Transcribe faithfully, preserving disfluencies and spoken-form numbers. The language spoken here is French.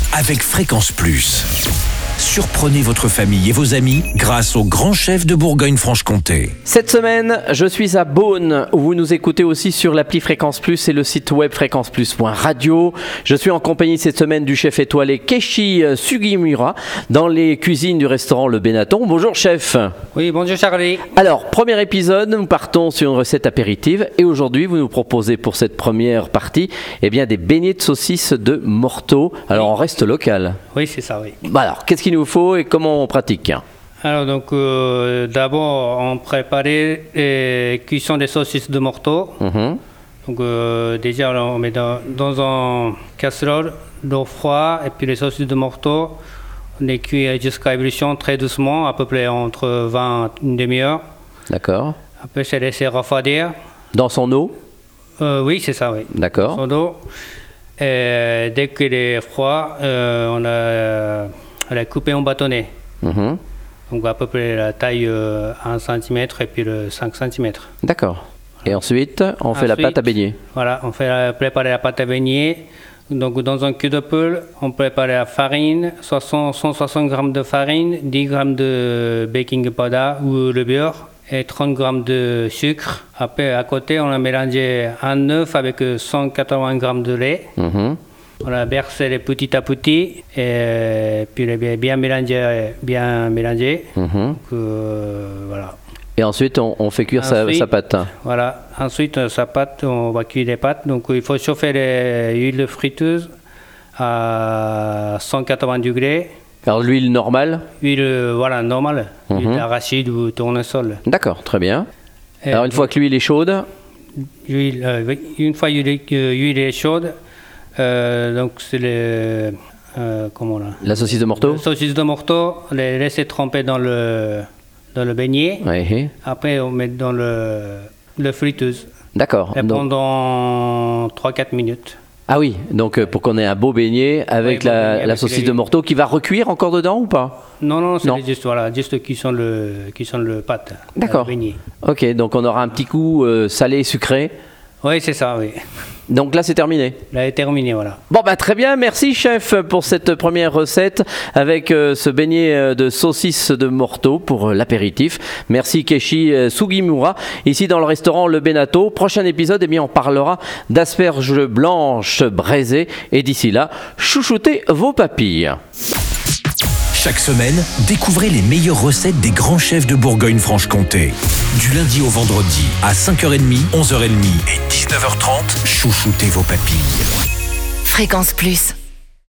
avec Fréquence Plus. Surprenez votre famille et vos amis grâce au grand chef de Bourgogne-Franche-Comté. Cette semaine, je suis à Beaune, où vous nous écoutez aussi sur l'appli Fréquence Plus et le site web fréquence plus point radio. Je suis en compagnie cette semaine du chef étoilé Keishi Sugimura dans les cuisines du restaurant Le Benaton. Bonjour chef. Oui, bonjour Charlie. Alors, premier épisode, nous partons sur une recette apéritive et aujourd'hui, vous nous proposez pour cette première partie eh bien, des beignets de saucisses de Morteau. Alors, on reste local. Oui, c'est ça, oui. Alors, qu'est-ce qu'il nous faut et comment on pratique ? Alors, donc, euh, d'abord, on préparait la cuisson des saucisses de Morteau. Mmh. Donc, euh, déjà, on met dans, dans une casserole d'eau froide et puis les saucisses de Morteau, on les cuit jusqu'à ébullition très doucement, à peu près entre vingt et une demi-heure. D'accord. Après, c'est laissé refroidir. Dans son eau ? euh, Oui, c'est ça, oui. D'accord. Dans son eau. Et dès qu'il est froid, euh, on a, on a coupé en bâtonnet. Mmh. Donc à peu près la taille euh, un centimètre et puis le cinq centimètres. D'accord. Et ensuite, on fait Ensuite, la pâte à beignet. Voilà, on fait la, préparer la pâte à beignet. Donc dans un cul de poule, on prépare la farine, soixante, cent soixante grammes de farine, dix grammes de baking powder ou le beurre et trente grammes de sucre. Après, à côté, on a mélangé un œuf avec cent quatre-vingts grammes de lait. Mmh. On a versé les petit à petit et puis les bien, bien mélangé, bien mélangé. Mmh. Donc, euh, voilà. Et ensuite, on, on fait cuire Ensuite, sa, sa pâte. Voilà. Ensuite, sa pâte, on va cuire les pâtes. Donc, il faut chauffer l'huile friteuse à cent quatre-vingts degrés. Alors, l'huile normale ? Huile, voilà, normale. Mmh. Huile d'arachide ou tournesol. D'accord, très bien. Et Alors, une fois que l'huile est chaude ? Huile, euh, une fois que l'huile est chaude, euh, donc c'est le... Euh, comment là La saucisse de Morteau ? La saucisse de Morteau, on les laisse tremper dans le, dans le beignet. Oui. Après, on met dans le, le friteuse. D'accord. Et Donc... pendant trois à quatre minutes. Ah oui, donc pour qu'on ait un beau beignet avec Oui, la, beignet la avec saucisse les... de Morteau qui va recuire encore dedans ou pas ? Non, non, c'est Non. juste, voilà, juste qui sont le, qui sont le pâte. D'accord. Le beignet. Ok, donc on aura un petit goût euh, salé et sucré. Oui, c'est ça, oui. Donc là, c'est terminé. Là, est terminé, voilà. Bon, bah très bien. Merci, chef, pour cette première recette avec euh, ce beignet euh, de saucisse de Morteau pour euh, l'apéritif. Merci, Keishi euh, Sugimura, ici dans le restaurant Le Benaton. Prochain épisode, eh bien, on parlera d'asperges blanches braisées. Et d'ici là, chouchoutez vos papilles. Chaque semaine, découvrez les meilleures recettes des grands chefs de Bourgogne-Franche-Comté. Du lundi au vendredi, à cinq heures trente, onze heures trente et dix-neuf heures trente, chouchoutez vos papilles. Fréquence Plus.